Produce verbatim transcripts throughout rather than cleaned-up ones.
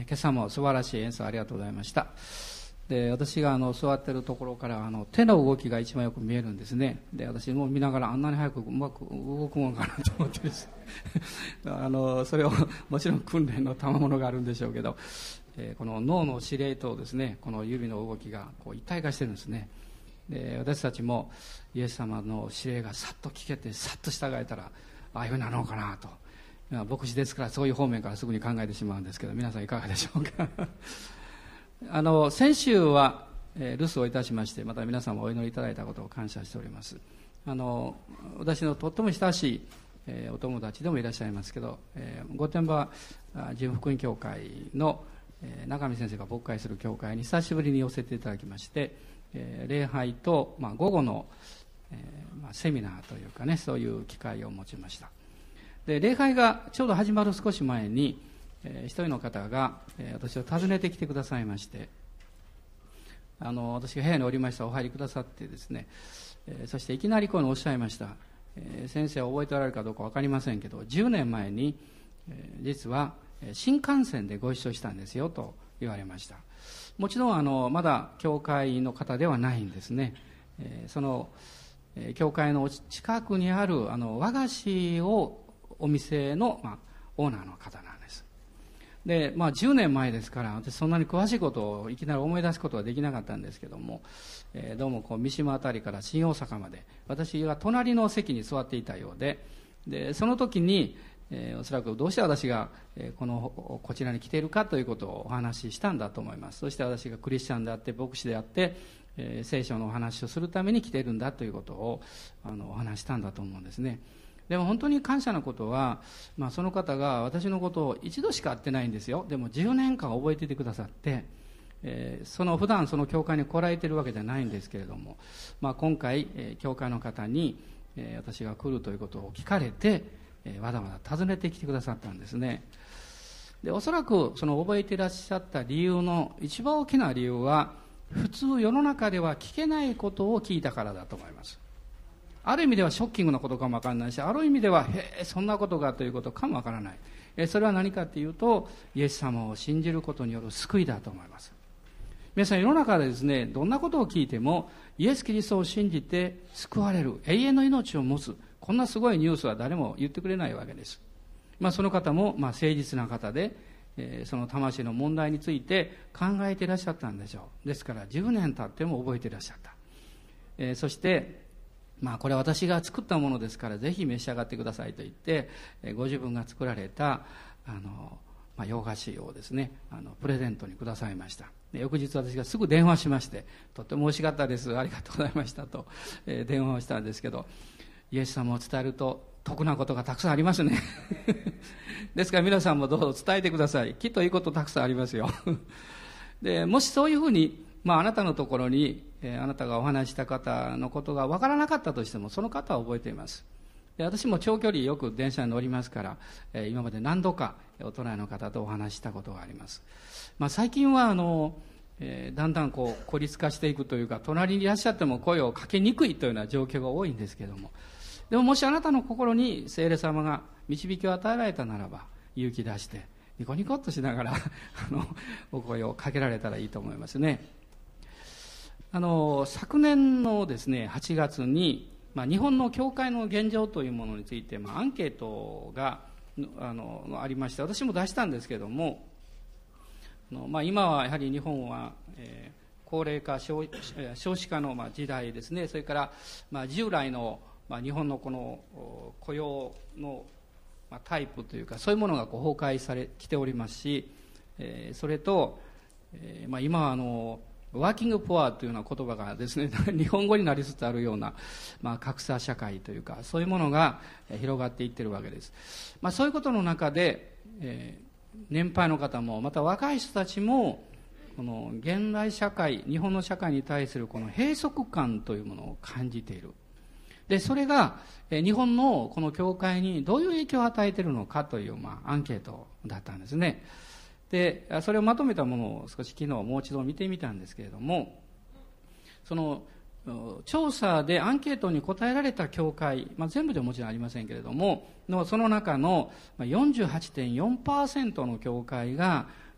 えー、今朝も素晴らしい演奏ありがとうございました。で、私があの座っているところからあの手の動きが一番よく見えるんですね。で、私も見ながらあんなに早くうまく動くものかなと思ってですあのそれをもちろん訓練の賜物があるんでしょうけど、えー、この脳の指令とですね、この指の動きがこう一体化してるんですね。で、私たちもイエス様の指令がさっと聞けてさっと従えたらああいうふうになるのかなと、牧師ですからそういう方面からすぐに考えてしまうんですけど、皆さんいかがでしょうかあの先週は、えー、留守をいたしまして、また皆さんもお祈りいただいたことを感謝しております。あの私のとっても親しい、えー、お友達でもいらっしゃいますけど、えー、御殿場純福音教会の、えー、中見先生が牧会する教会に久しぶりに寄せていただきまして、えー、礼拝と、まあ、午後の、えーまあ、セミナーというかね、そういう機会を持ちました。で、礼拝がちょうど始まる少し前に、えー、一人の方が、えー、私を訪ねてきてくださいまして、あの私が部屋におりましたらお入りくださってですね、えー、そしていきなりこういうのをおっしゃいました。えー、先生は覚えておられるかどうか分かりませんけど、じゅうねんまえに、えー、実は新幹線でご一緒したんですよと言われました。もちろんあのまだ教会の方ではないんですね。えー、その、えー、教会の近くにあるあの和菓子をお店の、まあ、オーナーの方なんです。で、まあ、じゅうねんまえですから私そんなに詳しいことをいきなり思い出すことはできなかったんですけども、えー、どうもこう三島あたりから新大阪まで私が隣の席に座っていたようで、でその時に、えー、おそらくどうして私が、えー、このこちらに来ているかということをお話ししたんだと思います。そして私がクリスチャンであって牧師であって、えー、聖書のお話をするために来ているんだということをあのお話したんだと思うんですね。でも本当に感謝なことは、まあ、その方が私のことを一度しか会ってないんですよ。でもじゅうねんかん覚えていてくださって、えー、その普段その教会に来られているわけじゃないんですけれども、まあ、今回、えー、教会の方に、えー、私が来るということを聞かれて、えー、わざわざ訪ねてきてくださったんですね。で、おそらくその覚えていらっしゃった理由の一番大きな理由は、普通世の中では聞けないことを聞いたからだと思います。ある意味ではショッキングなことかもわからないし、ある意味ではへえそんなことがということかもわからない。えそれは何かというと、イエス様を信じることによる救いだと思います。皆さん、世の中でですね、どんなことを聞いてもイエス・キリストを信じて救われる、永遠の命を持つ、こんなすごいニュースは誰も言ってくれないわけです。まあ、その方もまあ誠実な方で、えー、その魂の問題について考えていらっしゃったんでしょう。ですからじゅうねん経っても覚えていらっしゃった。えー、そしてまあ、これは私が作ったものですからぜひ召し上がってくださいと言って、ご自分が作られたあの、まあ、洋菓子をですね、あのプレゼントにくださいました。で、翌日私がすぐ電話しまして、とっても美味しかったです、ありがとうございましたと、えー、電話をしたんですけど、イエス様を伝えると得なことがたくさんありますねですから皆さんもどうぞ伝えてください。きっといいことたくさんありますよで、もしそういうふうに、まあ、あなたのところにえー、あなたがお話した方のことが分からなかったとしても、その方は覚えています。で、私も長距離よく電車に乗りますから、えー、今まで何度かお隣の方とお話したことがあります。まあ、最近はあの、えー、だんだんこう孤立化していくというか、隣にいらっしゃっても声をかけにくいというような状況が多いんですけれども、でももしあなたの心に聖霊様が導きを与えられたならば、勇気出してニコニコっとしながらあのお声をかけられたらいいと思いますね。あの昨年のですねはちがつに、まあ、日本の教会の現状というものについて、まあ、アンケートがあのありまして、私も出したんですけれども、あの、まあ、今はやはり日本は、えー、高齢化 少, 少子化のまあ時代ですね。それから、まあ、従来の、まあ、日本のこの雇用の、まあ、タイプというか、そういうものがこう崩壊されきておりますし、えー、それと、えーまあ、今はあのワーキングプアというような言葉がですね日本語になりつつあるような、まあ、格差社会というか、そういうものが広がっていってるわけです。まあ、そういうことの中で、えー、年配の方もまた若い人たちもこの現代社会、日本の社会に対するこの閉塞感というものを感じている。で、それが日本のこの教会にどういう影響を与えているのかという、まあ、アンケートだったんですね。で、それをまとめたものを少し昨日もう一度見てみたんですけれども、その調査でアンケートに答えられた教会、まあ、全部ではもちろんありませんけれどもの、その中の よんじゅうはちてんよんパーセント の教会が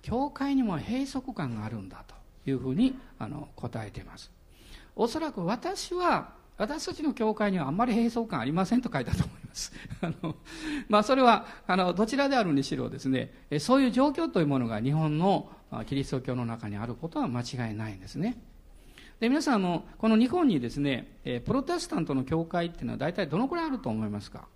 教会にも閉塞感があるんだというふうにあの答えています。おそらく私は私たちの教会にはあんまり閉塞感ありませんと書いたと思いますあの、まあ、それはあのどちらであるにしろですね、そういう状況というものが日本のキリスト教の中にあることは間違いないんですね。で、皆さんあのこの日本にですね、プロテスタントの教会っていうのは大体どのくらいあると思いますか？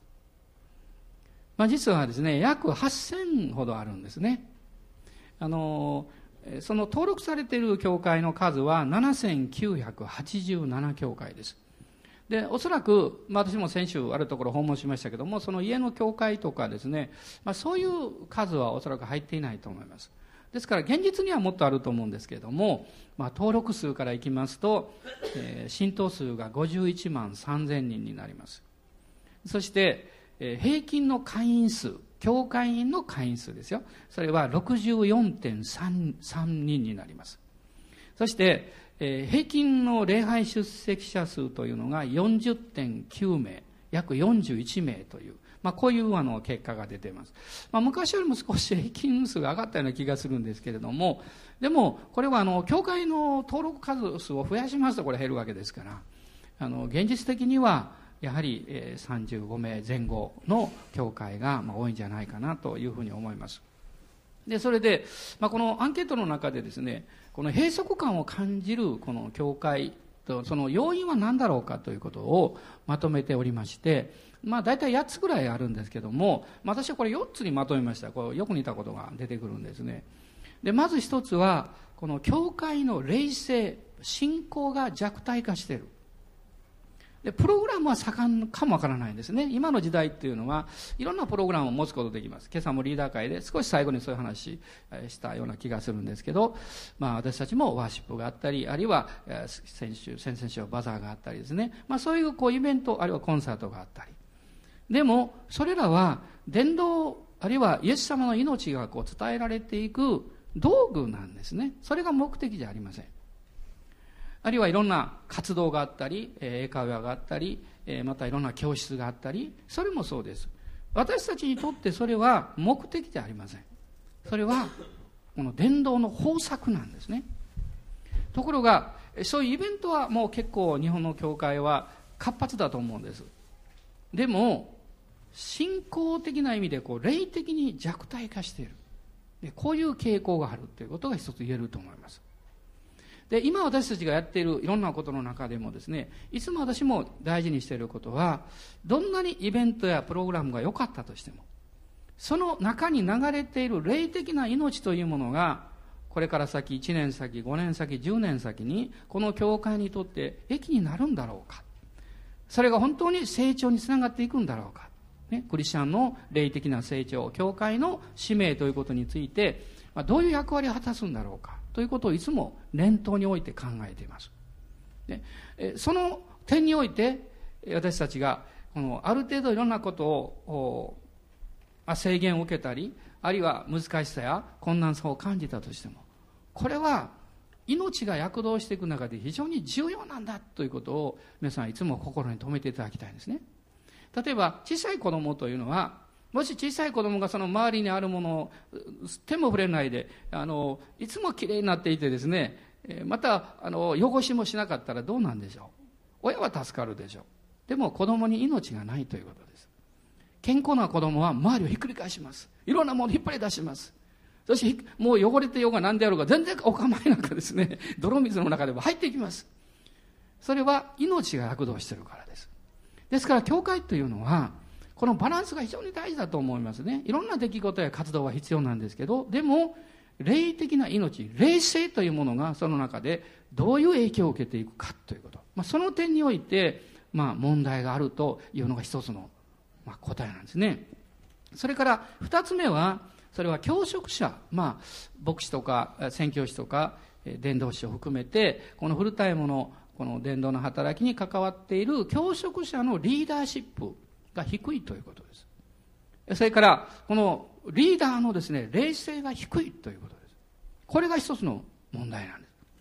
まあ、実はですね、約はっせんほどあるんですね。あのその登録されている教会の数はななせんきゅうひゃくはちじゅうなな教会です。で、おそらく、まあ、私も先週あるところ訪問しましたけども、その家の教会とかですね、まあ、そういう数はおそらく入っていないと思います。ですから現実にはもっとあると思うんですけれども、まあ、登録数からいきますと、えー、信徒数がごじゅういちまんさんぜんにんになります。そして、えー、平均の会員数、教会員の会員数ですよ。それは ろくじゅうよんてんさんにんになります。そして、えー、平均の礼拝出席者数というのが よんじゅってんきゅうめい、約よんじゅういちめいという、まあ、こういうあの結果が出ています。まあ、昔よりも少し平均数が上がったような気がするんですけれども、でもこれはあの教会の登録数数を増やしますとこれ減るわけですから、あの現実的にはやはりさんじゅうごめいぜん後の教会が多いんじゃないかなというふうに思います。で、それで、まあ、このアンケートの中でですね、この閉塞感を感じるこの教会とその要因は何だろうかということをまとめておりまして、まあ大体やっつぐらいあるんですけども、私はこれよっつにまとめました。こうよく似たことが出てくるんですね。で、まず一つはこの教会の霊性、信仰が弱体化している。で、プログラムは盛んかもわからないんですね。今の時代っていうのはいろんなプログラムを持つことができます。今朝もリーダー会で少し最後にそういう話したような気がするんですけど、まあ私たちもワーシップがあったり、あるいは先週、先々週はバザーがあったりですね。まあそういうこうイベント、あるいはコンサートがあったり。でも、それらは伝道、あるいはイエス様の命がこう伝えられていく道具なんですね。それが目的じゃありません。あるいはいろんな活動があったり、英会話があったり、またいろんな教室があったり、それもそうです。私たちにとってそれは目的じゃありません。それはこの伝道の方策なんですね。ところが、そういうイベントはもう結構日本の教会は活発だと思うんです。でも、信仰的な意味でこう霊的に弱体化している。で、こういう傾向があるということが一つ言えると思います。で、今私たちがやっているいろんなことの中でもですね、いつも私も大事にしていることは、どんなにイベントやプログラムが良かったとしても、その中に流れている霊的な命というものが、これから先いちねんさき、ごねんさき、じゅうねんさきに、この教会にとって益になるんだろうか。それが本当に成長につながっていくんだろうか。ね、クリスチャンの霊的な成長、教会の使命ということについて、まあ、どういう役割を果たすんだろうか。ということをいつも念頭において考えています。で、その点において私たちがこのある程度いろんなことを制限を受けたり、あるいは難しさや困難さを感じたとしても、これは命が躍動していく中で非常に重要なんだということを皆さんいつも心に留めていただきたいんですね。例えば小さい子供というのは、もし小さい子供がその周りにあるものを手も触れないで、あのいつもきれいになっていてですね、またあの汚しもしなかったらどうなんでしょう。親は助かるでしょう。でも子供に命がないということです。健康な子供は周りをひっくり返します。いろんなものを引っ張り出します。そしてもう汚れてようが何であろうが全然お構いなくですね、泥水の中でも入っていきます。それは命が躍動しているからです。ですから教会というのはこのバランスが非常に大事だと思いますね。いろんな出来事や活動は必要なんですけど、でも霊的な命、霊性というものがその中でどういう影響を受けていくかということ、まあ、その点において、まあ、問題があるというのが一つの、まあ、答えなんですね。それから二つ目は、それは教職者、まあ、牧師とか宣教師とか伝道師を含めてこのフルタイムのこの伝道の働きに関わっている教職者のリーダーシップが低いということです。それからこのリーダーのですね、霊性が低いということです。これが一つの問題なんです。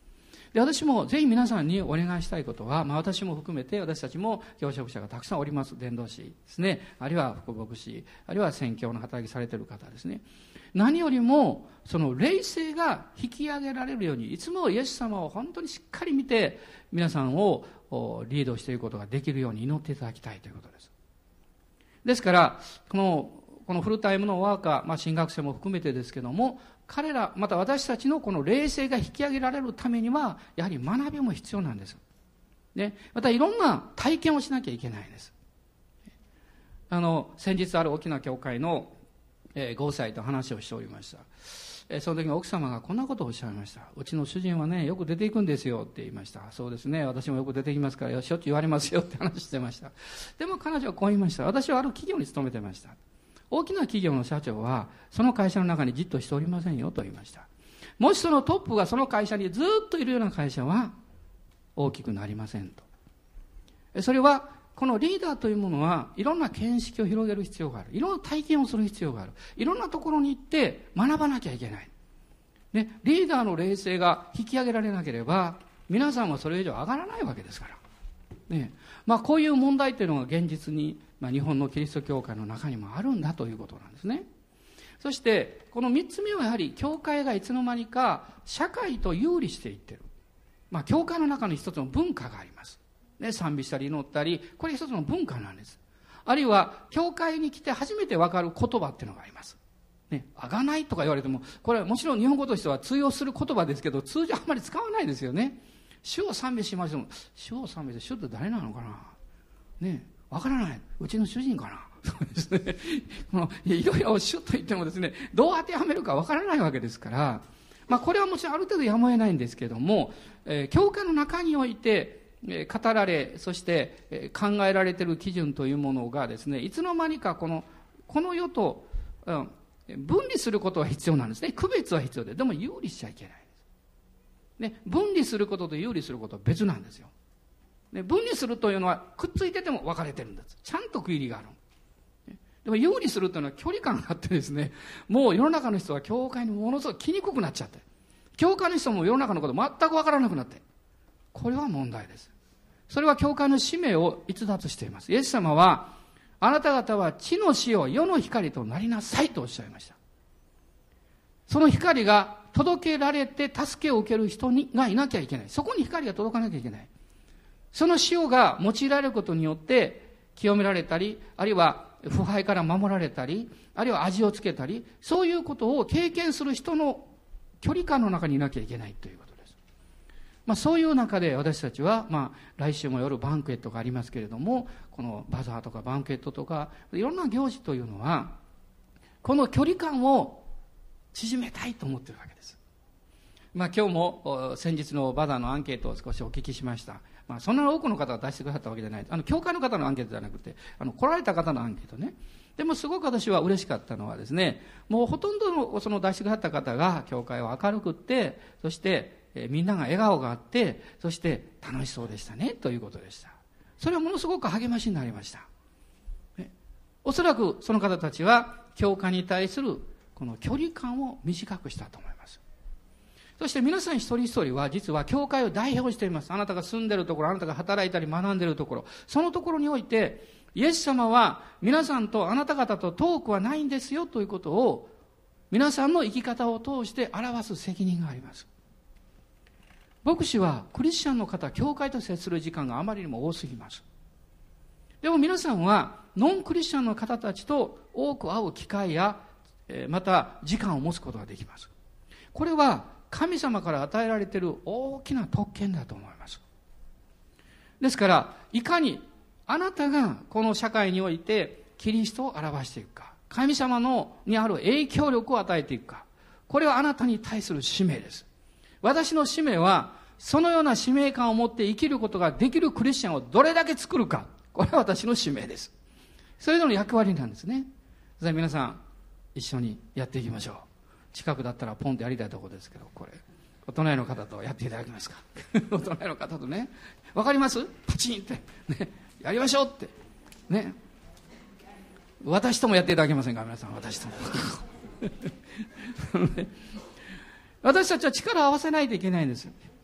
で、私もぜひ皆さんにお願いしたいことは、まあ、私も含めて私たちも教職者がたくさんおります。伝道師ですね、あるいは副牧師、あるいは宣教の働きされている方ですね。何よりもその霊性が引き上げられるように、いつもイエス様を本当にしっかり見て皆さんをリードしていくことができるように祈っていただきたいということです。ですからこのこのフルタイムのワーカー、まあ、新学生も含めてですけども、彼らまた私たちのこの霊性が引き上げられるためにはやはり学びも必要なんです、ね、またいろんな体験をしなきゃいけないです。あの先日ある大きな教会の、えー、ご夫妻と話をしておりました。えー、その時に奥様がこんなことをおっしゃいました。うちの主人はねよく出ていくんですよって言いました。そうですね、私もよく出てきますからしょっちゅう言われますよって話してました。でも彼女はこう言いました。私はある企業に勤めてました。大きな企業の社長はその会社の中にじっとしておりませんよと言いました。もしそのトップがその会社にずっといるような会社は大きくなりませんと。それはこのリーダーというものはいろんな見識を広げる必要がある。いろんな体験をする必要がある。いろんなところに行って学ばなきゃいけない、ね、リーダーの霊性が引き上げられなければ皆さんはそれ以上上がらないわけですから、ね。まあ、こういう問題というのが現実にまあ、日本のキリスト教会の中にもあるんだということなんですね。そしてこのみっつめはやはり教会がいつの間にか社会と有利していってる、まあ、教会の中に一つの文化があります、ね、賛美したり祈ったり、これ一つの文化なんです。あるいは教会に来て初めて分かる言葉っていうのがあります、ね、あがないとか言われてもこれはもちろん日本語としては通用する言葉ですけど、通常あんまり使わないですよね。主を賛美しましょう。主を賛美して主って誰なのかな、ね、わからない。うちの主人かな。そうですね。このいろいろ主と言ってもですね、どう当てはめるかわからないわけですから、まあこれはもちろんある程度やむを得ないんですけども、えー、教会の中において、えー、語られ、そして、えー、考えられている基準というものがですね、いつの間にかこのこの世と、うん、分離することは必要なんですね。区別は必要で、でも有利しちゃいけないです。ね、分離することと有利することは別なんですよ。分離するというのはくっついてても分かれてるんです。ちゃんと区切りがある。でも有利するというのは距離感があってですね、もう世の中の人は教会にものすごく来にくくなっちゃって、教会の人も世の中のこと全く分からなくなって、これは問題です。それは教会の使命を逸脱しています。イエス様はあなた方は地の塩、世の光となりなさいとおっしゃいました。その光が届けられて助けを受ける人にがいなきゃいけない。そこに光が届かなきゃいけない。その塩が用いられることによって清められたり、あるいは腐敗から守られたり、あるいは味をつけたり、そういうことを経験する人の距離感の中にいなきゃいけないということです。まあ、そういう中で私たちは、まあ、来週も夜バンクエットがありますけれども、このバザーとかバンクエットとかいろんな行事というのはこの距離感を縮めたいと思っているわけです。まあ、今日も先日のバザーのアンケートを少しお聞きしました。まあ、そんな多くの方が出してくださったわけじゃない。あの教会の方のアンケートじゃなくて、あの来られた方のアンケートね。でもすごく私は嬉しかったのはですね、もうほとんどのその出してくださった方が教会を明るくって、そして、えー、みんなが笑顔があって、そして楽しそうでしたねということでした。それはものすごく励ましになりました。ね、おそらくその方たちは教会に対するこの距離感を短くしたと思います。そして皆さん一人一人は実は教会を代表しています。あなたが住んでいるところ、あなたが働いたり学んでいるところ、そのところにおいてイエス様は皆さんとあなた方と遠くはないんですよということを皆さんの生き方を通して表す責任があります。牧師はクリスチャンの方、教会と接する時間があまりにも多すぎます。でも皆さんはノンクリスチャンの方たちと多く会う機会やまた時間を持つことができます。これは神様から与えられている大きな特権だと思います。ですからいかにあなたがこの社会においてキリストを表していくか、神様のにある影響力を与えていくか、これはあなたに対する使命です。私の使命はそのような使命感を持って生きることができるクリスチャンをどれだけ作るか、これは私の使命です。それぞれの役割なんですね。じゃあ皆さん一緒にやっていきましょう。近くだったらポンとやりたいところですけど、これお隣の方とやっていただけますか。お隣の方とね、わかります？パチンって、ね、やりましょうってね。私ともやっていただけませんか、皆さん。私とも私たちは力を合わせないといけないんです。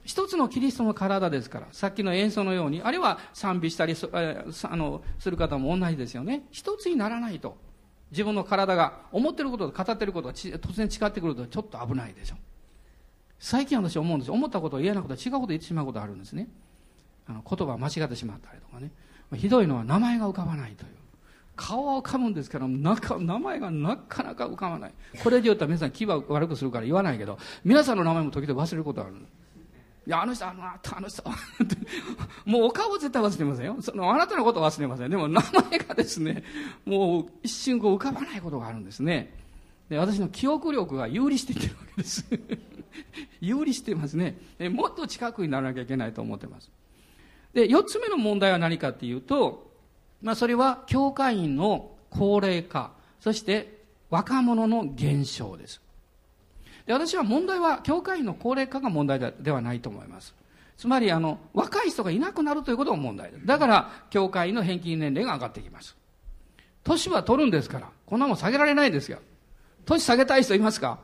一つのキリストの体ですから、さっきの演奏のように、あるいは賛美したりす、あの、する方も同じですよね。一つにならないと、自分の体が思ってることと語ってることが突然違ってくるとちょっと危ないでしょ。最近私思うんですよ。思ったことを言えなくて違うことを言ってしまうことがあるんですね。あの言葉を間違ってしまったりとかね。ひどいのは名前が浮かばないという。顔は浮かぶんですけど、なか名前がなかなか浮かばない。これで言ったら皆さん気は悪くするから言わないけど、皆さんの名前も時々忘れることがある。いや、あの人、あの、あの人。もうお顔は絶対忘れませんよ。その、あなたのことは忘れません。でも名前がですね、もう一瞬こう浮かばないことがあるんですね。で、私の記憶力が有利していってるわけです。有利していますね。もっと近くにならなきゃいけないと思ってます。で、四つ目の問題は何かっていうと、まあそれは教会員の高齢化、そして若者の減少です。で、私は問題は教会員の高齢化が問題ではないと思います。つまりあの若い人がいなくなるということが問題です。だから教会員の平均年齢が上がってきます。年は取るんですから、こんなもん下げられないですよ。年下げたい人いますか？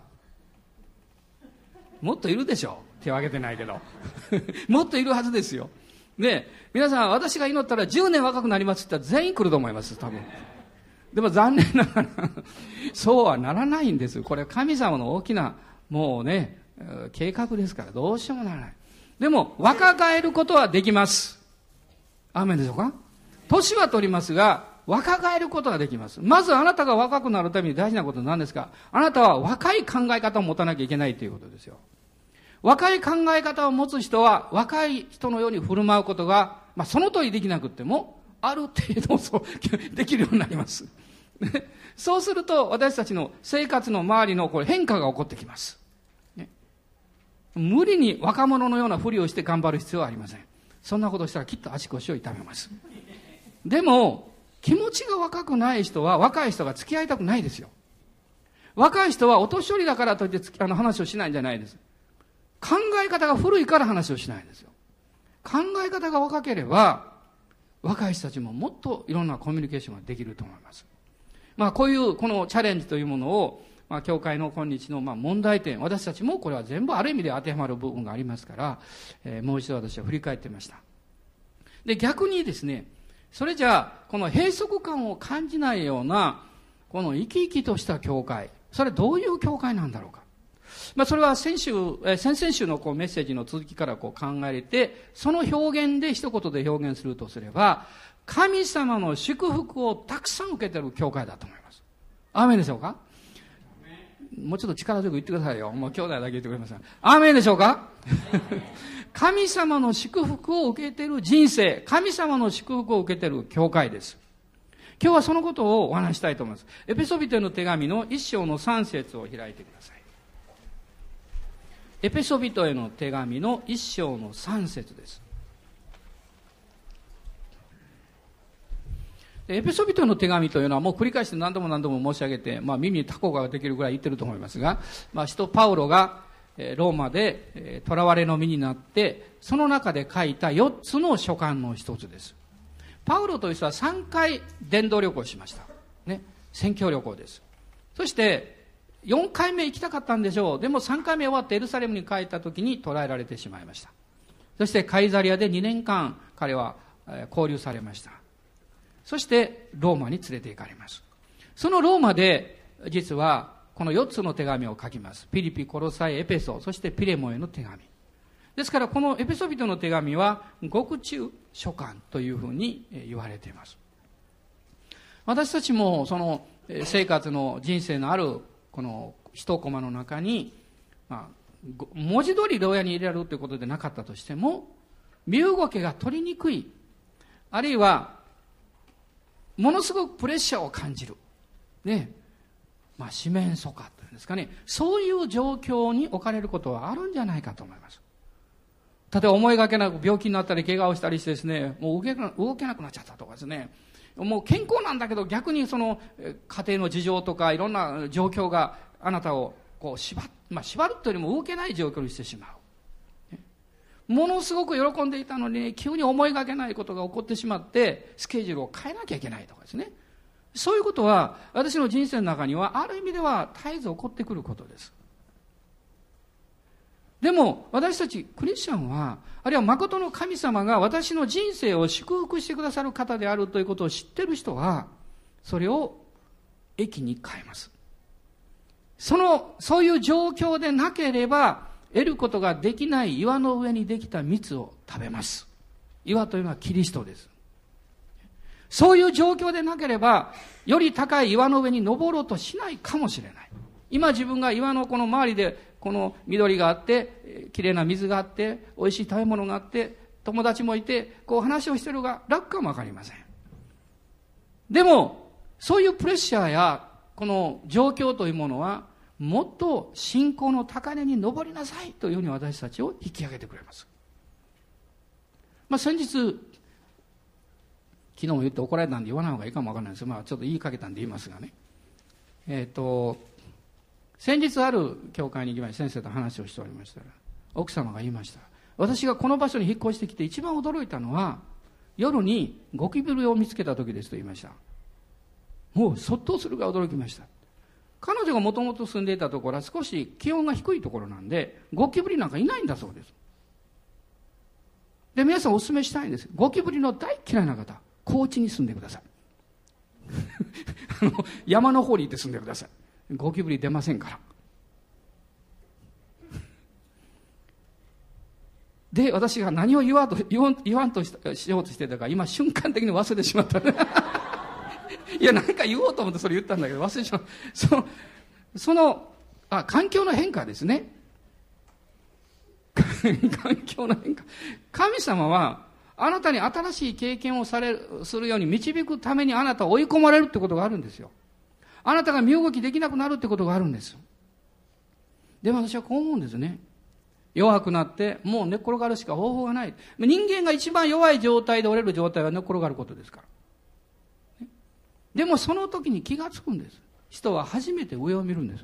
もっといるでしょう。手を挙げてないけどもっといるはずですよ。で、皆さん、私が祈ったらじゅうねん若くなりますって言ったら全員来ると思います、多分。でも残念ながらそうはならないんです。これは神様の大きなもうね計画ですから、どうしようもならない。でも若返ることはできます。アーメンでしょうか。年は取りますが若返ることができます。まずあなたが若くなるために大事なことは何ですか？あなたは若い考え方を持たなきゃいけないということですよ。若い考え方を持つ人は若い人のように振る舞うことが、まあ、その通りできなくてもある程度そうできるようになりますそうすると私たちの生活の周りのこれ変化が起こってきます、ね、無理に若者のようなふりをして頑張る必要はありません。そんなことをしたらきっと足腰を痛めます。でも気持ちが若くない人は若い人が付き合いたくないですよ。若い人はお年寄りだからといってあの話をしないんじゃないです。考え方が古いから話をしないんですよ。考え方が若ければ若い人たちももっといろんなコミュニケーションができると思います。まあこういうこのチャレンジというものを、まあ教会の今日のまあ問題点、私たちもこれは全部ある意味で当てはまる部分がありますから、えー、もう一度私は振り返ってみました。で、逆にですね、それじゃあこの閉塞感を感じないようなこの生き生きとした教会、それどういう教会なんだろうか。まあ、それは先週、え先々週のこうメッセージの続きからこう考えて、その表現で一言で表現するとすれば、神様の祝福をたくさん受けている教会だと思います。アーメンでしょうか？もうちょっと力強く言ってくださいよ。もう兄弟だけ言ってくれません。アーメンでしょうか？神様の祝福を受けている人生、神様の祝福を受けている教会です。今日はそのことをお話したいと思います。エペソビトへの手紙の一章の三節を開いてください。エペソビトへの手紙の一章の三節です。エペソビトへの手紙というのはもう繰り返して何度も何度も申し上げて、まあ、耳にタコができるぐらい言ってると思いますが、まあ、使徒パウロがローマで囚われの身になってその中で書いたよっつの書簡の一つです。パウロという人はさんかい伝道旅行しました、ね、宣教旅行です。そしてよんかいめ行きたかったんでしょう。でもさんかいめ終わってエルサレムに帰った時に捕らえられてしまいました。そしてカイザリアでにねんかん彼は拘留されました。そしてローマに連れて行かれます。そのローマで実はこのよっつの手紙を書きます。ピリピ、コロサイ、エペソ、そしてピレモへの手紙ですから、このエペソビトの手紙は獄中書簡というふうに言われています。私たちもその生活の人生のあるこの一コマの中に、まあ、文字通り牢屋に入れられるということでなかったとしても、身動きが取りにくい、あるいはものすごくプレッシャーを感じる、ね、まあ四面楚歌というんですかね、そういう状況に置かれることはあるんじゃないかと思います。例えば思いがけなく病気になったり怪我をしたりしてですね、もう動けな、動けなくなっちゃったとかですね、もう健康なんだけど逆にその家庭の事情とかいろんな状況があなたをこう縛っ、まあ、縛るというよりも動けない状況にしてしまう。ものすごく喜んでいたのに急に思いがけないことが起こってしまってスケジュールを変えなきゃいけないとかですね、そういうことは私の人生の中にはある意味では絶えず起こってくることです。ででも私たちクリスチャンは、あるいは誠の神様が私の人生を祝福してくださる方であるということを知っている人は、それを益に変えます。その、そういう状況でなければ、得ることができない岩の上にできた蜜を食べます。岩というのはキリストです。そういう状況でなければ、より高い岩の上に登ろうとしないかもしれない。今自分が岩のこの周りで、この緑があって、きれいな水があって、美味しい食べ物があって、友達もいて、こう話をしているが楽かもわかりません。でも、そういうプレッシャーや、この状況というものは、もっと信仰の高値に登りなさいというふうに私たちを引き上げてくれます。まあ先日、昨日も言って怒られたんで言わない方がいいかもわからないです。まあちょっと言いかけたんで言いますがね。えっと、先日ある教会に行きまして先生と話をしておりましたら、奥様が言いました。私がこの場所に引っ越してきて一番驚いたのは、夜にゴキブリを見つけた時ですと言いました。もうそっとするが驚きました。彼女がもともと住んでいたところは少し気温が低いところなんで、ゴキブリなんかいないんだそうです。で、皆さんお勧めしたいんです。ゴキブリの大嫌いな方、高地に住んでください。あの山の方に行って住んでください。ゴキブリ出ませんから。で、私が何を言わんと、言わん、言わんとしようとしてたか、今瞬間的に忘れてしまった。いや、何か言おうと思ってそれ言ったんだけど、忘れてしまった。その、その、あ、環境の変化ですね。環境の変化。神様は、あなたに新しい経験をされる、するように導くためにあなたを追い込まれるってことがあるんですよ。あなたが身動きできなくなるってことがあるんです。でも私はこう思うんですね。弱くなって、もう寝っ転がるしか方法がない。人間が一番弱い状態で折れる状態は寝っ転がることですから。でもその時に気がつくんです。人は初めて上を見るんです。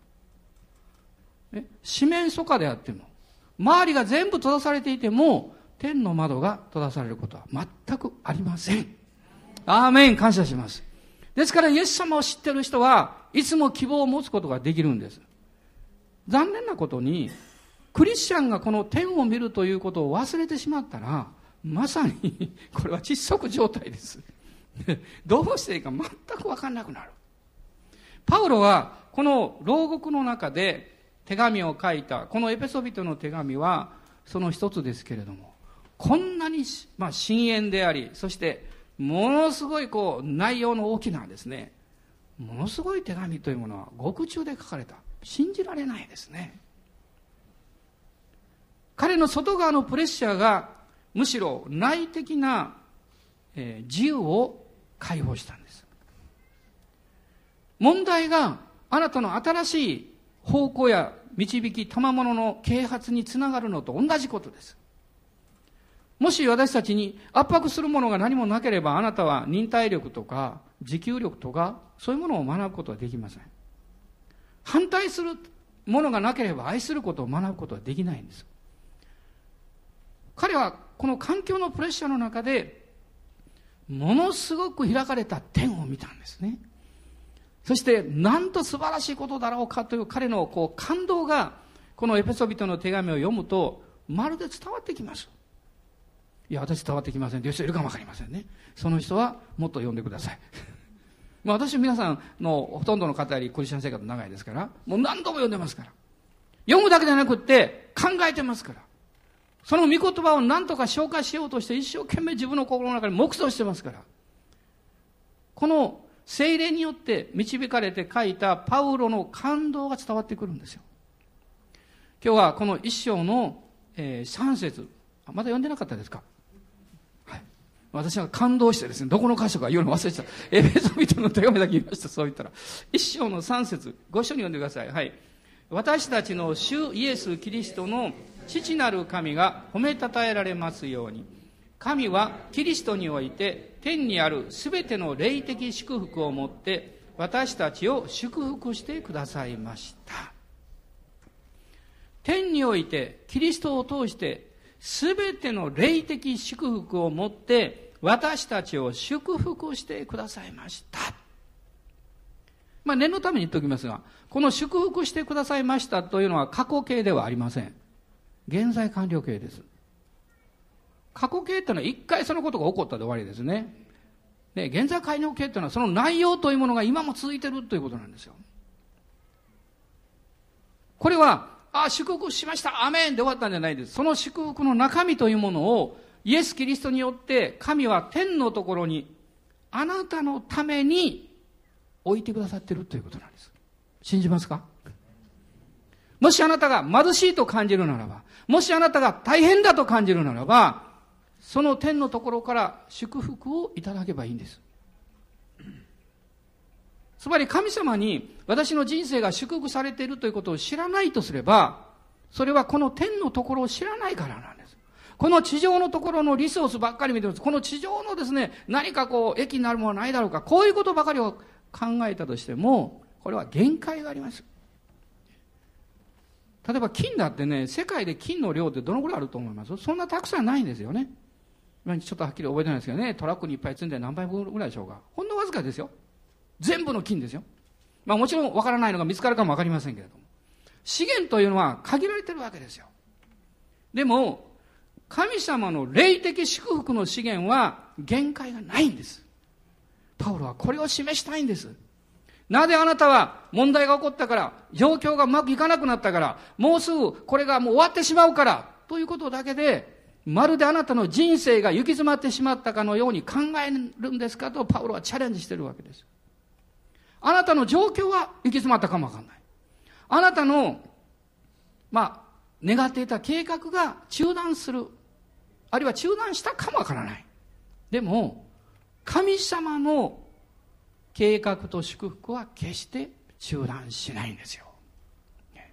四面楚歌であっても、周りが全部閉ざされていても、天の窓が閉ざされることは全くありません。アーメン、感謝します。ですからイエス様を知っている人はいつも希望を持つことができるんです。残念なことに、クリスチャンがこの天を見るということを忘れてしまったら、まさにこれは窒息状態です。どうしていいか全く分かんなくなる。パウロはこの牢獄の中で手紙を書いた、このエペソビトの手紙はその一つですけれども、こんなに、まあ、深遠であり、そしてものすごいこう内容の大きなですね、ものすごい手紙というものは獄中で書かれた。信じられないですね。彼の外側のプレッシャーがむしろ内的な、えー、自由を解放したんです。問題があなたの新しい方向や導き、賜物の啓発につながるのと同じことです。もし私たちに圧迫するものが何もなければ、あなたは忍耐力とか持久力とかそういうものを学ぶことはできません。反対するものがなければ愛することを学ぶことはできないんです。彼はこの環境のプレッシャーの中でものすごく開かれた天を見たんですね。そしてなんと素晴らしいことだろうかという彼のこう感動がこのエペソビトの手紙を読むとまるで伝わってきます。いや、私伝わってきませんという人いるかもわかりませんね。その人はもっと読んでください。まあ私は皆さんのほとんどの方よりクリスチャン生活長いですから、もう何度も読んでますから。読むだけじゃなくって考えてますから。その御言葉を何とか消化しようとして一生懸命自分の心の中に黙想してますから。この聖霊によって導かれて書いたパウロの感動が伝わってくるんですよ。今日はこの一章の、えー、さん節、まだ読んでなかったですか？はい。私は感動してですね、どこの箇所か言うの忘れてた。エペソビトの手紙だけ言いました。そう言ったら。一章のさん節、ご一緒に読んでください。はい。私たちの主イエス・キリストの父なる神が褒めたたえられますように。神はキリストにおいて天にあるすべての霊的祝福をもって私たちを祝福してくださいました。天においてキリストを通してすべての霊的祝福をもって私たちを祝福してくださいました。まあ念のために言っておきますが、この祝福してくださいましたというのは過去形ではありません。 現在完了形です。過去形ってのは一回そのことが起こったで終わりですね。で、現在完了形っていうのはその内容というものが今も続いているということなんですよ。これは、あ、祝福しました、アメンで終わったんじゃないです。その祝福の中身というものをイエス・キリストによって神は天のところにあなたのために置いてくださっているということなんです。信じますか？もしあなたが貧しいと感じるならば、もしあなたが大変だと感じるならば、その天のところから祝福をいただけばいいんです。つまり神様に私の人生が祝福されているということを知らないとすれば、それはこの天のところを知らないからなんです。この地上のところのリソースばっかり見てます。この地上のですね、何かこう、益になるものはないだろうか。こういうことばかりを考えたとしても、これは限界があります。例えば金だってね、世界で金の量ってどのくらいあると思います？そんなたくさんないんですよね。ちょっとはっきり覚えてないですけどね、トラックにいっぱい積んで何倍分ぐらいでしょうか。ほんのわずかですよ。全部の金ですよ。まあもちろんわからないのが見つかるかもわかりませんけれども。資源というのは限られてるわけですよ。でも、神様の霊的祝福の資源は限界がないんです。パウロはこれを示したいんです。なぜあなたは問題が起こったから、状況がうまくいかなくなったから、もうすぐこれがもう終わってしまうから、ということだけで、まるであなたの人生が行き詰まってしまったかのように考えるんですかとパウロはチャレンジしているわけです。あなたの状況は行き詰まったかもわかんない。あなたの、まあ、願っていた計画が中断する。あるいは中断したかもわからない。でも、神様の計画と祝福は決して中断しないんですよ。ね、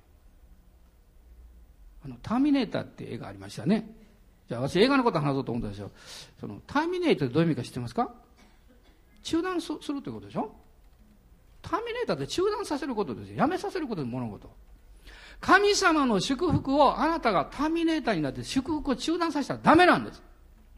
あの、ターミネーターって映画ありましたね。じゃあ私映画のことを話そうと思ったんですよ。その、ターミネーターってどういう意味か知ってますか？中断するということでしょ？ターミネーターって中断させることですよ。やめさせることで物事。神様の祝福をあなたがターミネーターになって祝福を中断させたらダメなんです。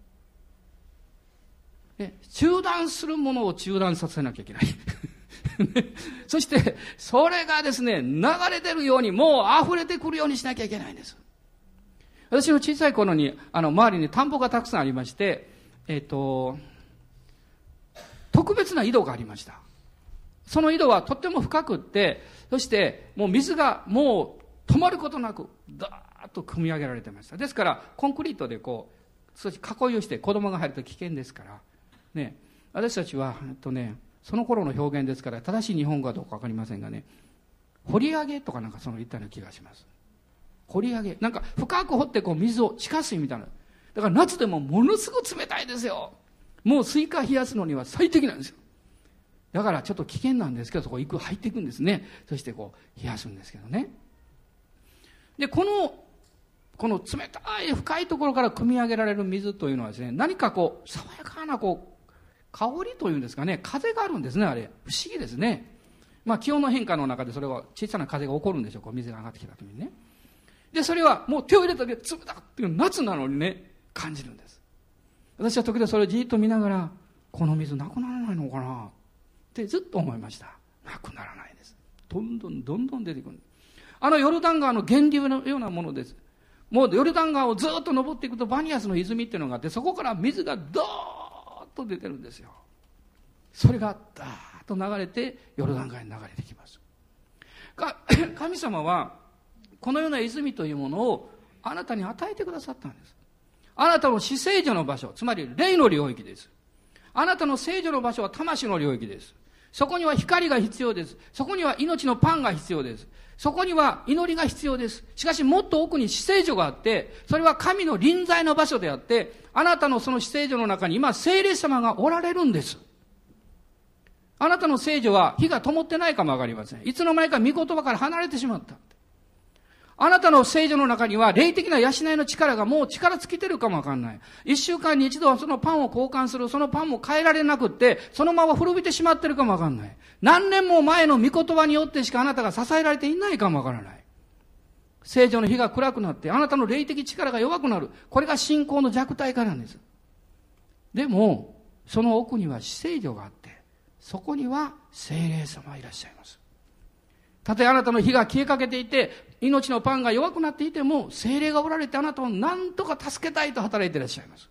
ね、中断するものを中断させなきゃいけない。そして、それがですね、流れ出るように、もう溢れてくるようにしなきゃいけないんです。私の小さい頃に、あの、周りに田んぼがたくさんありまして、えっと、特別な井戸がありました。その井戸はとっても深くって、そしてもう水がもう止まることなく、ダーッと組み上げられてました。ですから、コンクリートでこう、少し囲いをして子供が入ると危険ですから、ね、私たちは、えっとね、その頃の表現ですから、正しい日本語はどうかわかりませんがね、掘り上げとかなんかその言ったような気がします。掘り上げ。なんか深く掘ってこう水を、地下水みたいな。だから夏でもものすごく冷たいですよ。もうスイカ冷やすのには最適なんですよ。だからちょっと危険なんですけど、そこ行く、入っていくんですね。そしてこう、冷やすんですけどね。で、この、この冷たい深いところから汲み上げられる水というのはですね、何かこう、爽やかなこう、香りというんですかね、風があるんですね、あれ。不思議ですね。まあ気温の変化の中でそれは小さな風が起こるんでしょう、こう水が上がってきた時にね。で、それはもう手を入れた時冷たっていう夏なのにね、感じるんです。私は時々それをじーっと見ながら、この水なくならないのかなってずっと思いました。なくならないです。どんどんどんどん出てくる。あのヨルダン川の源流のようなものです。もうヨルダン川をずっと登っていくとバニアスの泉っていうのがあって、そこから水がドーッと出てるんですよ。それがダーッと流れてヨルダン川に流れてきます。神様はこのような泉というものをあなたに与えてくださったんです。あなたの死聖所の場所、つまり霊の領域です。あなたの聖所の場所は魂の領域です。そこには光が必要です。そこには命のパンが必要です。そこには祈りが必要です。しかしもっと奥に死聖所があって、それは神の臨在の場所であって、あなたのその死聖所の中に今聖霊様がおられるんです。あなたの聖所は火が灯ってないかもわかりません。いつの間にか御言葉から離れてしまった。あなたの聖所の中には霊的な養いの力がもう力尽きてるかもわかんない。一週間に一度はそのパンを交換する、そのパンも変えられなくって、そのまま古びてしまってるかもわかんない。何年も前の御言葉によってしかあなたが支えられていないかもわからない。聖所の火が暗くなって、あなたの霊的力が弱くなる。これが信仰の弱体化なんです。でも、その奥には死聖所があって、そこには聖霊様がいらっしゃいます。 たとえあなたの火が消えかけていて、命のパンが弱くなっていても、聖霊がおられてあなたを何とか助けたいと働いていらっしゃいます。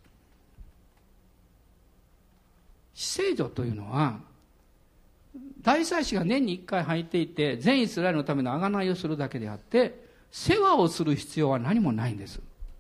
至聖所というのは、大祭司が年に一回入っていて、全イスラエルのための贖いをするだけであって、世話をする必要は何もないんです。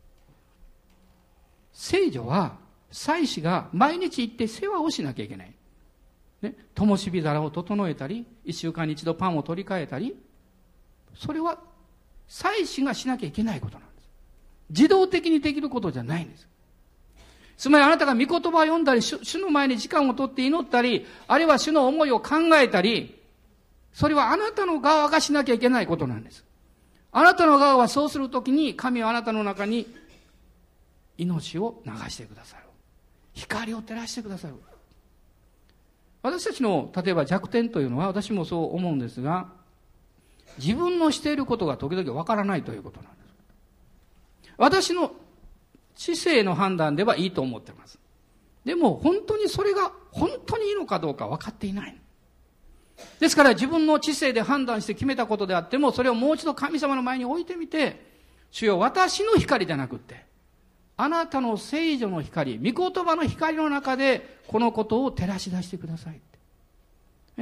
聖所は、祭司が毎日行って世話をしなきゃいけない。ね、灯火皿を整えたり、一週間に一度パンを取り替えたり、それは祭司がしなきゃいけないことなんです。自動的にできることじゃないんです。つまりあなたが御言葉を読んだり、主の前に時間をとって祈ったり、あるいは主の思いを考えたり、それはあなたの側がしなきゃいけないことなんです。あなたの側はそうするときに、神はあなたの中に命を流してくださる。光を照らしてくださる。私たちの例えば弱点というのは、私もそう思うんですが、自分のしていることが時々わからないということなんです。私の知性の判断ではいいと思っています。でも本当にそれが本当にいいのかどうか分かっていない。ですから自分の知性で判断して決めたことであっても、それをもう一度神様の前に置いてみて、主よ、私の光じゃなくって、あなたの聖所の光、御言葉の光の中でこのことを照らし出してくださいって。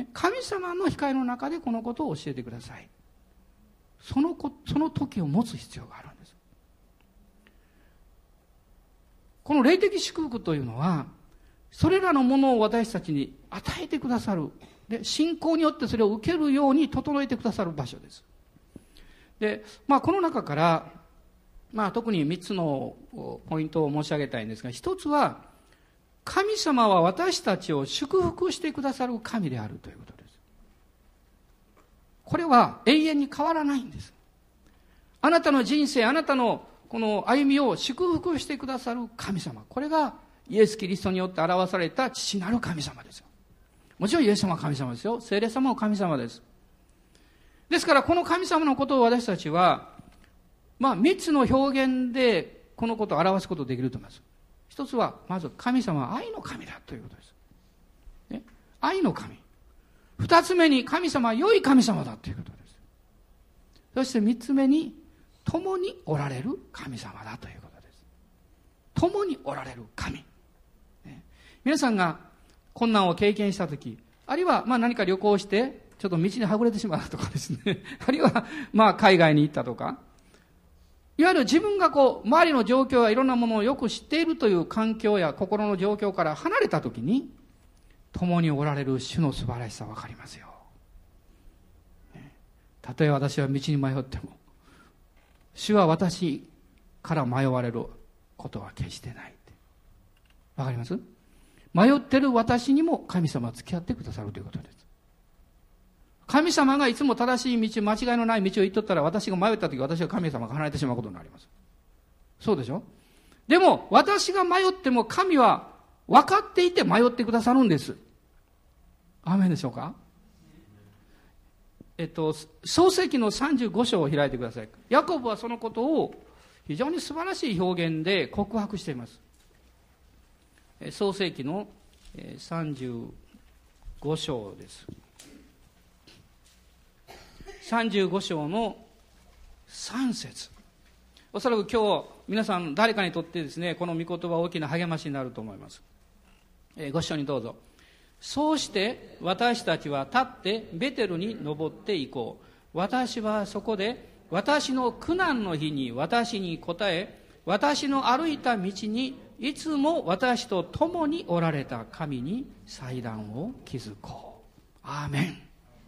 神様の光の中でこのことを教えてください。そのこ、その時を持つ必要があるんです。この霊的祝福というのは、それらのものを私たちに与えてくださる。で、信仰によってそれを受けるように整えてくださる場所です。で、まあこの中から、まあ特に三つのポイントを申し上げたいんですが、一つは、神様は私たちを祝福してくださる神であるということです。これは永遠に変わらないんです。あなたの人生、あなたのこの歩みを祝福してくださる神様。これがイエス・キリストによって表された父なる神様ですよ。もちろんイエス様は神様ですよ。聖霊様は神様です。ですからこの神様のことを私たちは、まあ三つの表現でこのことを表すことができると思います。一つは、まず神様は愛の神だということです。ね、愛の神。二つ目に神様は良い神様だということです。そして三つ目に、共におられる神様だということです。共におられる神。ね、皆さんが困難を経験したとき、あるいはまあ何か旅行して、ちょっと道にはぐれてしまったとかですね。あるいはまあ海外に行ったとか、いわゆる自分がこう、周りの状況やいろんなものをよく知っているという環境や心の状況から離れたときに、共におられる主の素晴らしさわかりますよ。ね、たとえ私は道に迷っても、主は私から迷われることは決してない。わかります？迷ってる私にも神様は付き合ってくださるということです。神様がいつも正しい道、間違いのない道を行っとったら、私が迷ったとき、私は神様が離れてしまうことになります。そうでしょ？でも、私が迷っても神は分かっていて迷ってくださるんです。アーメンでしょうか？えっと、創世記のさんじゅうご章を開いてください。ヤコブはそのことを非常に素晴らしい表現で告白しています。創世記のさんじゅうご章です。さんじゅうご章のさん節。おそらく今日皆さん誰かにとってですね、この御言葉は大きな励ましになると思います。ご一緒にどうぞ。そうして私たちは立ってベテルに登っていこう。私はそこで私の苦難の日に私に答え、私の歩いた道にいつも私と共におられた神に祭壇を築こう。アーメン。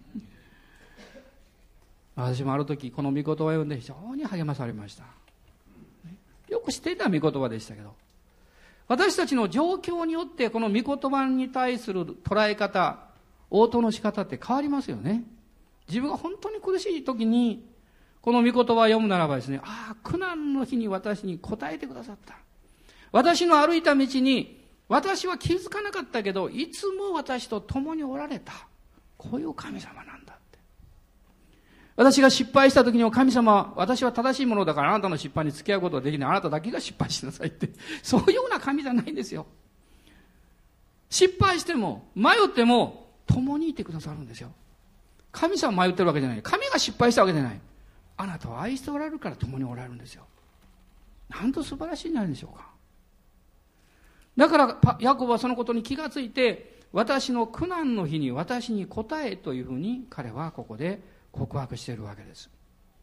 私もある時この御言葉を読んで非常に励まされました。よく知っていた御言葉でしたけど、私たちの状況によってこの御言葉に対する捉え方、応答の仕方って変わりますよね。自分が本当に苦しい時にこの御言葉を読むならばですね、ああ、苦難の日に私に答えてくださった。私の歩いた道に私は気づかなかったけど、いつも私と共におられた。こういう神様なんだって。私が失敗した時にも神様は、私は正しいものだからあなたの失敗に付き合うことができない。あなただけが失敗しなさいって。そういうような神じゃないんですよ。失敗しても、迷っても、共にいてくださるんですよ。 神様迷ってるわけじゃない。神が失敗したわけじゃない。あなたを愛しておられるから共におられるんですよ。なんと素晴らしいんじゃないでしょうか。だからヤコブはそのことに気がついて、私の苦難の日に私に答えというふうに彼はここで告白しているわけです。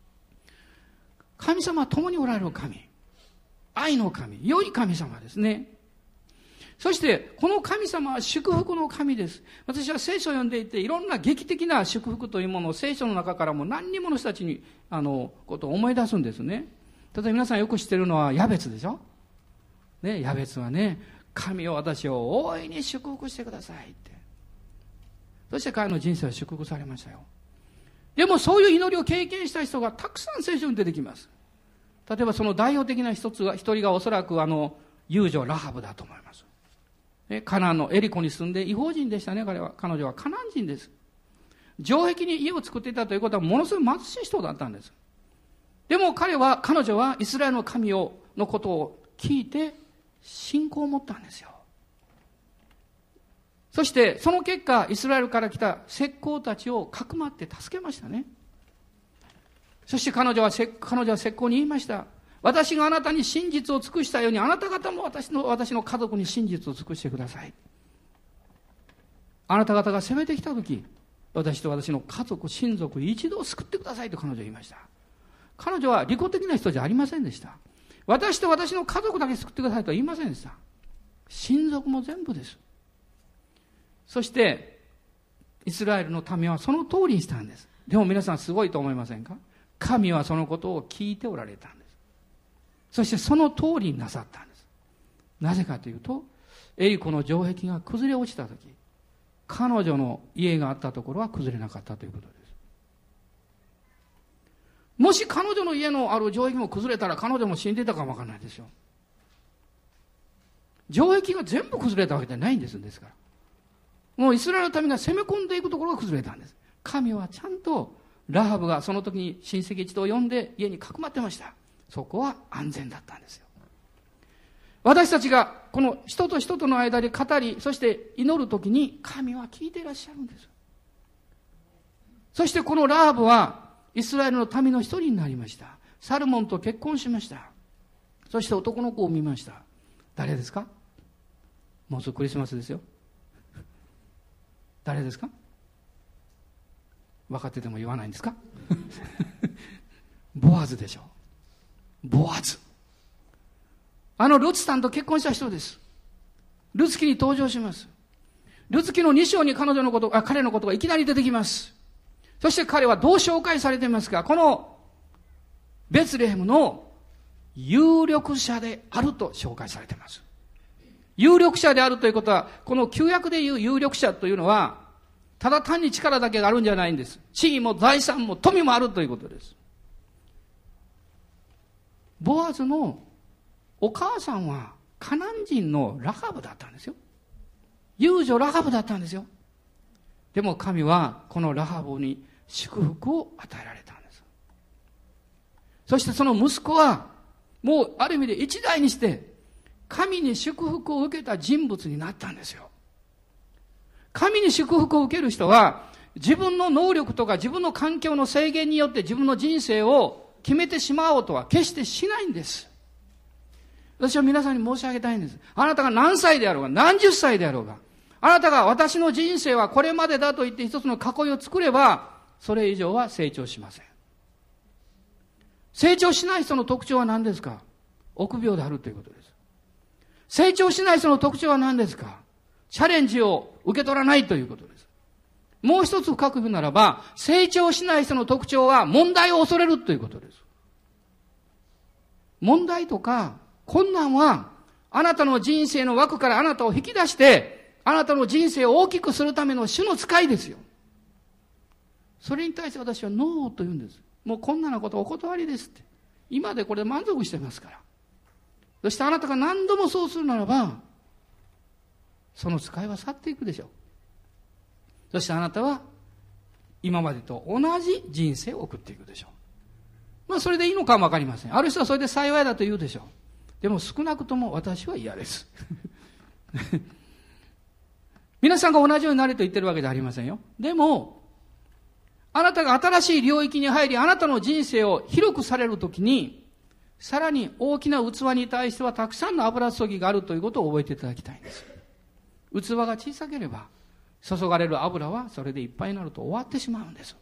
神様は共におられる神、愛の神、良い神様ですね。そしてこの神様は祝福の神です。私は聖書を読んでいて、いろんな劇的な祝福というものを聖書の中からも何人もの人たちにあのことを思い出すんですね。例えば皆さんよく知っているのはヤベツでしょ、ね、ヤベツはね、神よ私を大いに祝福してくださいって。そして彼の人生は祝福されましたよ。でもそういう祈りを経験した人がたくさん聖書に出てきます。例えばその代表的な一つが、一人がおそらくあの遊女ラハブだと思います。カナンのエリコに住んで異邦人でしたね。彼は、彼女はカナン人です。城壁に家を作っていたということはものすごい貧しい人だったんです。でも彼は、彼女はイスラエルの神をのことを聞いて信仰を持ったんですよ。そしてその結果、イスラエルから来た石膏たちをかくまって助けましたね。そして彼女は彼女は石膏に言いました。私があなたに真実を尽くしたように、あなた方も私の私の家族に真実を尽くしてください。あなた方が攻めてきたとき、私と私の家族親族一度救ってくださいと彼女は言いました。彼女は利己的な人じゃありませんでした。私と私の家族だけ救ってくださいとは言いませんでした。親族も全部です。そしてイスラエルの民はその通りにしたんです。でも皆さんすごいと思いませんか。神はそのことを聞いておられたんです。そしてその通りになさったんです。なぜかというと、エリコの城壁が崩れ落ちたとき、彼女の家があったところは崩れなかったということです。もし彼女の家のある城壁も崩れたら彼女も死んでいたかもわからないですよ。城壁が全部崩れたわけじゃないんです。ですからもうイスラエルの民が攻め込んでいくところが崩れたんです。神はちゃんとラハブがその時に親戚一同を呼んで家にかくまってました。そこは安全だったんですよ。私たちがこの人と人との間で語り、そして祈るときに神は聞いていらっしゃるんです。そしてこのラハブはイスラエルの民の一人になりました。サルモンと結婚しました。そして男の子を産みました。誰ですか。もうすぐクリスマスですよ。誰ですか。分かってても言わないんですか。ボアズでしょ。ボアズ。あのルツさんと結婚した人です。ルツ記に登場します。ルツ記のに章に彼女のこと、あ、彼のことがいきなり出てきます。そして彼はどう紹介されていますか。このベツレヘムの有力者であると紹介されています。有力者であるということは、この旧約でいう有力者というのは、ただ単に力だけがあるんじゃないんです。地位も財産も富もあるということです。ボアズのお母さんはカナン人のラハブだったんですよ。遊女ラハブだったんですよ。でも神はこのラハブに祝福を与えられたんです。そしてその息子はもうある意味で一代にして神に祝福を受けた人物になったんですよ。神に祝福を受ける人は自分の能力とか自分の環境の制限によって自分の人生を決めてしまおうとは決してしないんです。私は皆さんに申し上げたいんです。あなたが何歳であろうが何十歳であろうが、あなたが私の人生はこれまでだと言って一つの囲いを作れば、それ以上は成長しません。成長しない人の特徴は何ですか。臆病であるということです。成長しない人の特徴は何ですか。チャレンジを受け取らないということです。もう一つ深く言うならば、成長しない人の特徴は問題を恐れるということです。問題とか困難はあなたの人生の枠からあなたを引き出して、あなたの人生を大きくするための主の使いですよ。それに対して私はノーと言うんです。もうこんなことお断りですって。今でこれで満足してますから。そしてあなたが何度もそうするならば、その使いは去っていくでしょう。そしてあなたは今までと同じ人生を送っていくでしょう。まあそれでいいのかもわかりません。ある人はそれで幸いだと言うでしょう。でも少なくとも私は嫌です。皆さんが同じようになれと言ってるわけではありませんよ。でもあなたが新しい領域に入り、あなたの人生を広くされるときに、さらに大きな器に対してはたくさんの油注ぎがあるということを覚えていただきたいんです。器が小さければ、注がれる油はそれでいっぱいになると終わってしまうんです。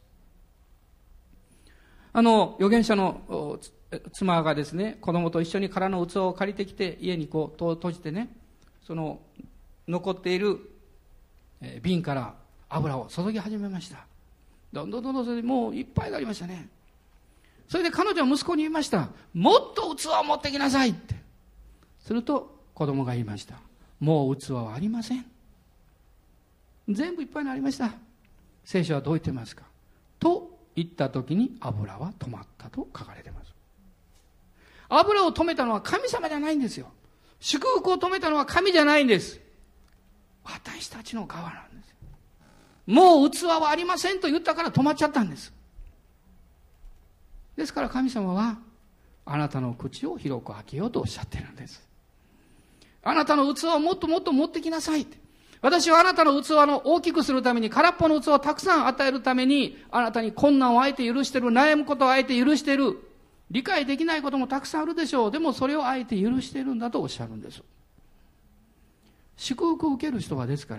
あの、預言者の妻がですね、子供と一緒に空の器を借りてきて、家にこう、戸を閉じてね、その、残っている瓶から油を注ぎ始めました。どんどんどんどんそれでもういっぱいになりましたね。それで彼女は息子に言いました。もっと器を持ってきなさいって。すると子供が言いました。もう器はありません。全部いっぱいになりました。聖書はどう言ってますかと言った時に油は止まったと書かれています。油を止めたのは神様じゃないんですよ。祝福を止めたのは神じゃないんです。私たちの側なんです。もう器はありませんと言ったから止まっちゃったんです。ですから神様はあなたの口を広く開けようとおっしゃっているんです。あなたの器をもっともっと持ってきなさいって。私はあなたの器の大きくするために、空っぽの器をたくさん与えるために、あなたに困難をあえて許している、悩むことをあえて許している、理解できないこともたくさんあるでしょう。でもそれをあえて許しているんだとおっしゃるんです。祝福を受ける人はですから、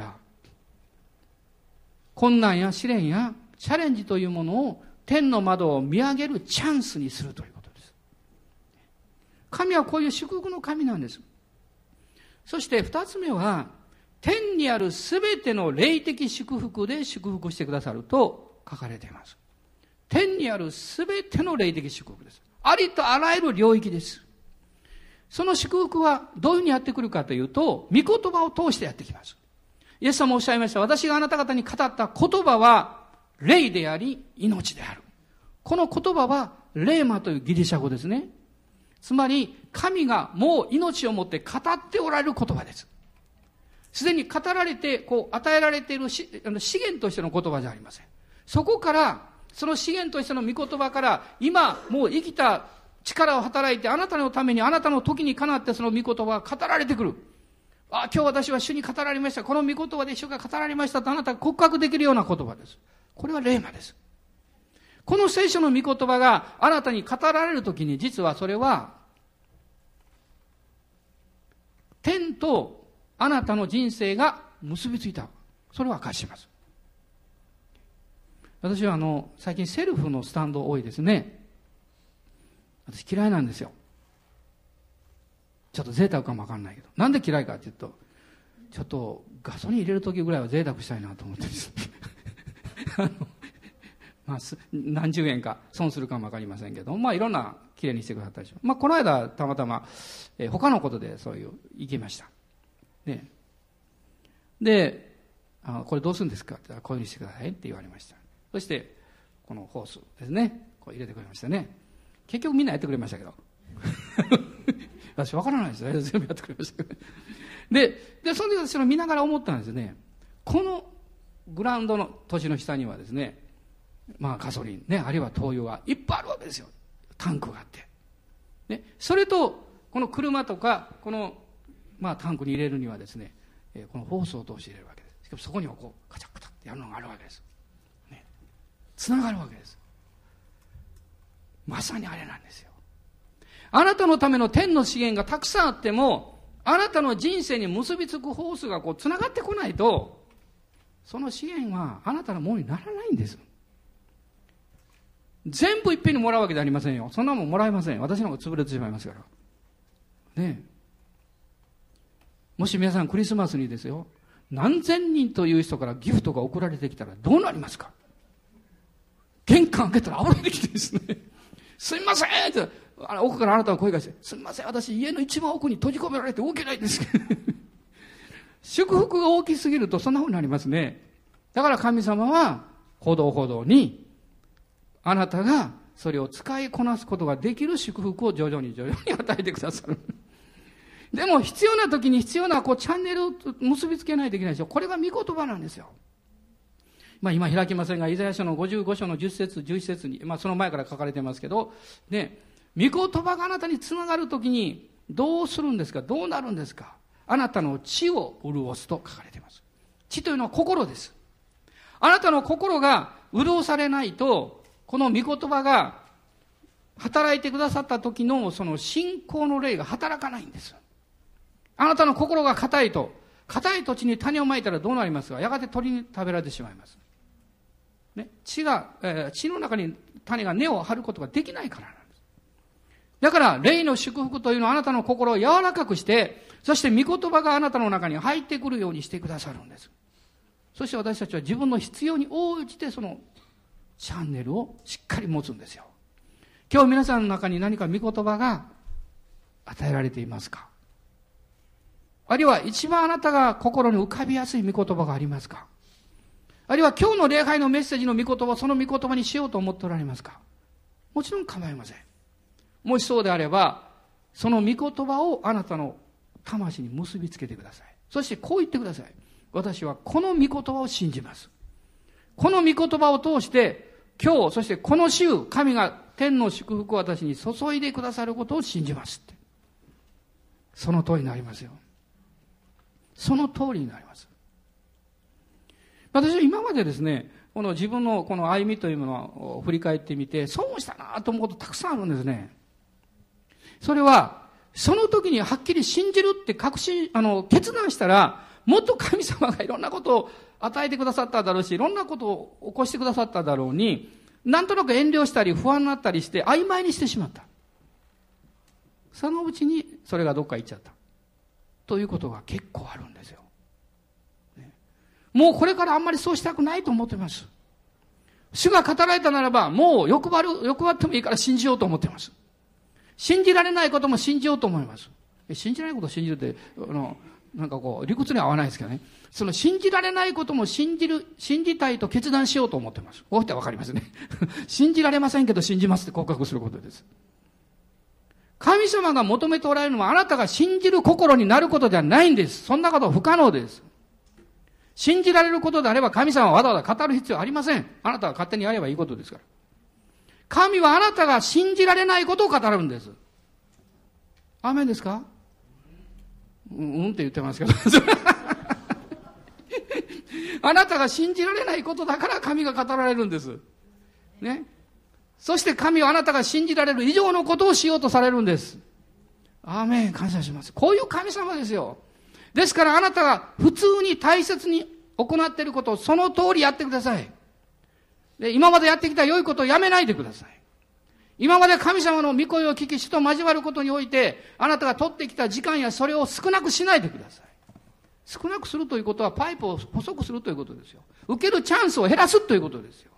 困難や試練やチャレンジというものを天の窓を見上げるチャンスにするということです。神はこういう祝福の神なんです。そして二つ目は、天にあるすべての霊的祝福で祝福してくださると書かれています。天にあるすべての霊的祝福です。ありとあらゆる領域です。その祝福はどういうふうにやってくるかというと、御言葉を通してやってきます。イエス様おっしゃいました。私があなた方に語った言葉は霊であり命である。この言葉はレーマというギリシャ語ですね。つまり神がもう命をもって語っておられる言葉です。すでに語られてこう与えられている資源としての言葉じゃありません。そこからその資源としての御言葉から今もう生きた力を働いてあなたのためにあなたの時にかなってその御言葉が語られてくる。あ、今日私は主に語られました。この御言葉で主が語られましたとあなたが告白できるような言葉です。これはレーマです。この聖書の御言葉があなたに語られるときに実はそれは天とあなたの人生が結びついた。それを明かします。私はあの最近セルフのスタンド多いですね。私嫌いなんですよ。ちょっと贅沢かもわかんないけど。なんで嫌いかっていうと、ちょっとガソリン入れるときぐらいは贅沢したいなと思ってですあの、まあ、何十円か損するかもわかりませんけど、まあいろんなきれいにしてくださったりします。まあこの間たまたま、えー、他のことでそういう行きました。ね、であ、これどうするんですかって言ったら、こういうふうにしてくださいって言われました。そしてこのホースですね、こう入れてくれましたね。結局みんなやってくれましたけど私分からないですよ、全部やってくれましたけどででその時私の見ながら思ったんですよね。このグラウンドの土地の下にはですね、まあガソリンね、あるいは灯油はいっぱいあるわけですよ。タンクがあって、ね、それとこの車とかこのまあタンクに入れるにはですね、えー、このホースを通して入れるわけです。しかもそこにはこうカチャカチャってやるのがあるわけです。ね、つながるわけです。まさにあれなんですよ。あなたのための天の資源がたくさんあっても、あなたの人生に結びつくホースがこうつながってこないと、その資源はあなたのものにならないんです。全部いっぺんにもらうわけじゃありませんよ。そんなもんもらえません。私の方が潰れてしまいますから。ねえ。もし皆さんクリスマスにですよ、何千人という人からギフトが送られてきたらどうなりますか？玄関開けたら暴れてきてですね、すみませんってあの奥からあなたが声がして、すみません、私家の一番奥に閉じ込められて動けないんですけど祝福が大きすぎるとそんなふうになりますね。だから神様はほどほどにあなたがそれを使いこなすことができる祝福を徐々に徐々に与えてくださるでも必要な時に必要なこうチャンネルを結びつけないといけないでしょ。これが御言葉なんですよ。まあ今開きませんが、イザヤ書のごじゅうご章のじゅっ節じゅういち節に、まあその前から書かれてますけど、ね、御言葉があなたにつながる時にどうするんですか、どうなるんですか。あなたの血を潤すと書かれています。血というのは心です。あなたの心が潤されないと、この御言葉が働いてくださった時のその信仰の霊が働かないんです。あなたの心が硬いと、硬い土地に種をまいたらどうなりますか？やがて鳥に食べられてしまいます。ね、地が、えー、地の中に種が根を張ることができないからなんです。だから、霊の祝福というのはあなたの心を柔らかくして、そして御言葉があなたの中に入ってくるようにしてくださるんです。そして私たちは自分の必要に応じてそのチャンネルをしっかり持つんですよ。今日皆さんの中に何か御言葉が与えられていますか？あるいは一番あなたが心に浮かびやすい御言葉がありますか？あるいは今日の礼拝のメッセージの御言葉をその御言葉にしようと思っておられますか？もちろん構いません。もしそうであれば、その御言葉をあなたの魂に結びつけてください。そしてこう言ってください。私はこの御言葉を信じます。この御言葉を通して、今日、そしてこの週、神が天の祝福を私に注いでくださることを信じますって。その通りになりますよ。その通りになります。私は今までですね、この自分のこの歩みというものを振り返ってみて、損をしたなと思うことたくさんあるんですね。それは、その時にはっきり信じるって確信、あの、決断したら、もっと神様がいろんなことを与えてくださっただろうし、いろんなことを起こしてくださっただろうに、なんとなく遠慮したり不安になったりして曖昧にしてしまった。そのうちにそれがどっか行っちゃった。ということが結構あるんですよ。ね、もうこれからあんまりそうしたくないと思ってます。主が語られたならば、もう欲張る、欲張ってもいいから信じようと思ってます。信じられないことも信じようと思います。信じられないことを信じるって、あの、なんかこう、理屈には合わないですけどね。その信じられないことも信じる、信じたいと決断しようと思ってます。こうしてわかりますね。信じられませんけど信じますって告白することです。神様が求めておられるのはあなたが信じる心になることではないんです。そんなことは不可能です。信じられることであれば神様はわざわざ語る必要はありません。あなたが勝手にやればいいことですから。神はあなたが信じられないことを語るんです。アーメンですか？うん、うんって言ってますけど。あなたが信じられないことだから神が語られるんです。ね。そして神はあなたが信じられる以上のことをしようとされるんです。アーメン、感謝します。こういう神様ですよ。ですからあなたが普通に大切に行っていることをその通りやってください。で、今までやってきた良いことをやめないでください。今まで神様の御声を聞き、主と交わることにおいて、あなたが取ってきた時間やそれを少なくしないでください。少なくするということはパイプを細くするということですよ。受けるチャンスを減らすということですよ。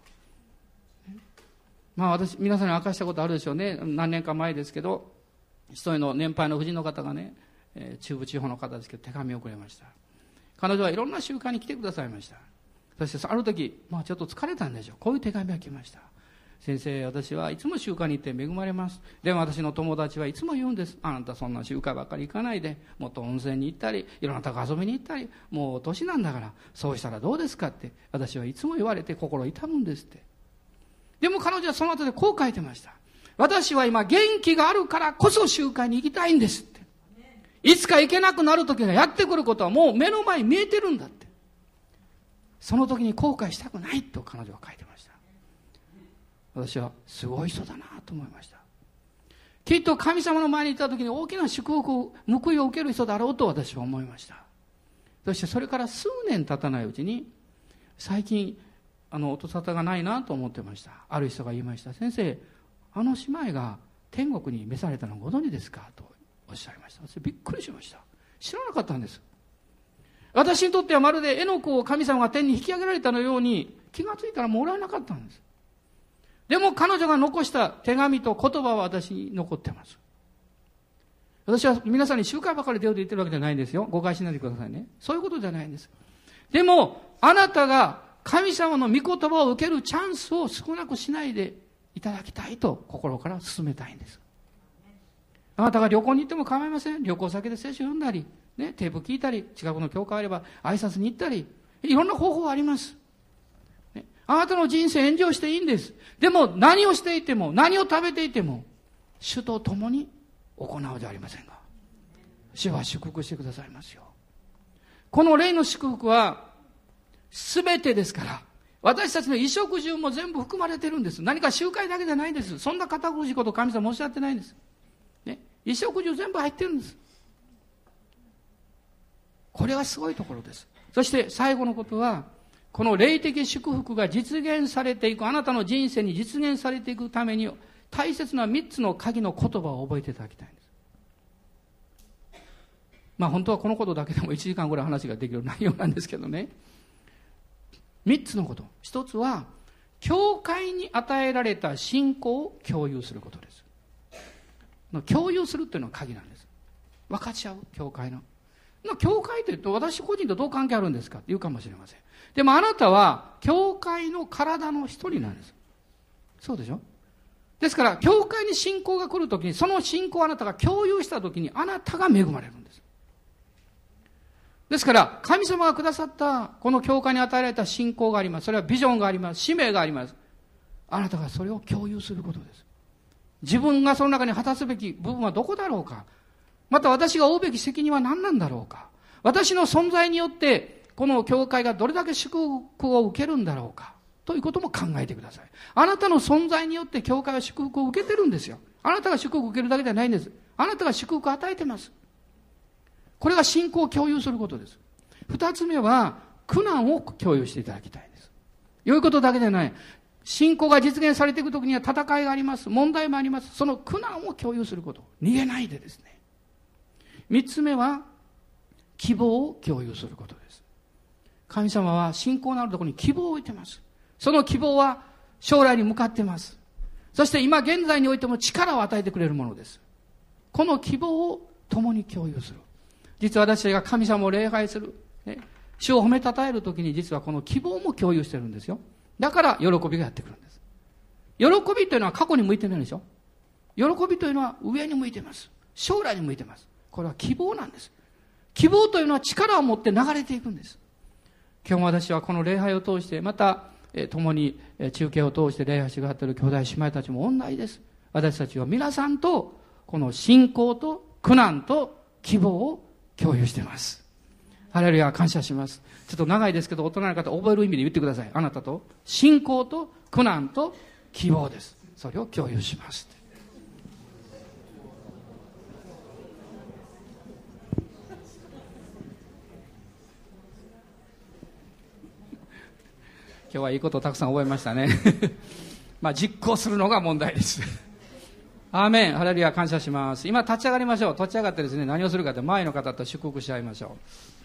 まあ私、皆さんに明かしたことあるでしょうね。何年か前ですけど、一人の年配の婦人の方がね、えー、中部地方の方ですけど手紙をくれました。彼女はいろんな集会に来てくださいました。そしてある時、まあちょっと疲れたんでしょう。こういう手紙が来ました。先生、私はいつも集会に行って恵まれます。でも私の友達はいつも言うんです。あなたそんな集会ばっかり行かないで、もっと温泉に行ったり、いろんなとこ遊びに行ったり、もう年なんだから、そうしたらどうですかって、私はいつも言われて心痛むんですって。でも彼女はその後でこう書いてました。私は今元気があるからこそ集会に行きたいんですって。いつか行けなくなる時がやってくることはもう目の前に見えてるんだって。その時に後悔したくないと彼女は書いてました。私はすごい人だなと思いました。きっと神様の前にいた時に大きな祝福を、報いを受ける人だろうと私は思いました。そしてそれから数年経たないうちに、最近、あの、音沙汰がないなと思ってました。ある人が言いました。先生、あの姉妹が天国に召されたのご存知ですかとおっしゃいました。私びっくりしました。知らなかったんです。私にとってはまるでエノクを神様が天に引き上げられたのように、気がついたらもうおられなかったんです。でも彼女が残した手紙と言葉は私に残ってます。私は皆さんに集会ばかり出ようと言ってるわけじゃないんですよ。誤解しないでくださいね。そういうことじゃないんです。でも、あなたが神様の御言葉を受けるチャンスを少なくしないでいただきたいと心から進めたいんです。あなたが旅行に行っても構いません。旅行先で聖書を読んだり、ね、テープ聞いたり、近くの教会あれば挨拶に行ったり、いろんな方法があります。ね、あなたの人生炎上していいんです。でも何をしていても、何を食べていても、主と共に行うじゃありませんか。主は祝福してくださいますよ。この霊の祝福は、すべてですから、 私たちの衣食住も全部含まれてるんです。何か集会だけじゃないんです。そんな堅苦しいことを神様おっしゃってないんです。ね。衣食住全部入ってるんです。これがすごいところです。そして最後のことは、この霊的祝福が実現されていく、あなたの人生に実現されていくために、大切な三つの鍵の言葉を覚えていただきたいんです。まあ本当はこのことだけでもいちじかんぐらい話ができる内容なんですけどね。三つのこと。一つは、教会に与えられた信仰を共有することです。共有するっていうのは鍵なんです。分かち合う、教会の。教会って言うと私個人とどう関係あるんですかって言うかもしれません。でもあなたは、教会の体の一人なんです。そうでしょ？ですから、教会に信仰が来るときに、その信仰をあなたが共有したときに、あなたが恵まれるんです。ですから、神様がくださった、この教会に与えられた信仰があります。それはビジョンがあります。使命があります。あなたがそれを共有することです。自分がその中に果たすべき部分はどこだろうか。また私が負うべき責任は何なんだろうか。私の存在によって、この教会がどれだけ祝福を受けるんだろうか。ということも考えてください。あなたの存在によって教会は祝福を受けてるんですよ。あなたが祝福を受けるだけじゃないんです。あなたが祝福を与えてます。これが信仰を共有することです。二つ目は、苦難を共有していただきたいんです。良いことだけでない。信仰が実現されていくときには戦いがあります。問題もあります。その苦難を共有すること。逃げないでですね。三つ目は、希望を共有することです。神様は信仰のあるところに希望を置いてます。その希望は将来に向かっています。そして今現在においても力を与えてくれるものです。この希望を共に共有する。実は私が神様を礼拝する、ね、主を褒めたたえるときに実はこの希望も共有してるんですよ。だから喜びがやってくるんです。喜びというのは過去に向いてないでしょ。喜びというのは上に向いてます。将来に向いてます。これは希望なんです。希望というのは力を持って流れていくんです。今日も私はこの礼拝を通して、また、え共に中継を通して礼拝してくださっている兄弟姉妹たちも同じです。私たちは皆さんとこの信仰と苦難と希望を共有しています。ハレルヤ、感謝します。ちょっと長いですけど、大人の方覚える意味で言ってください。あなたと信仰と苦難と希望です。それを共有します。今日はいいことをたくさん覚えましたね。まあ実行するのが問題です。アーメン、ハレルヤ、感謝します。今立ち上がりましょう。立ち上がってですね、何をするかって前の方と祝福し合いましょう。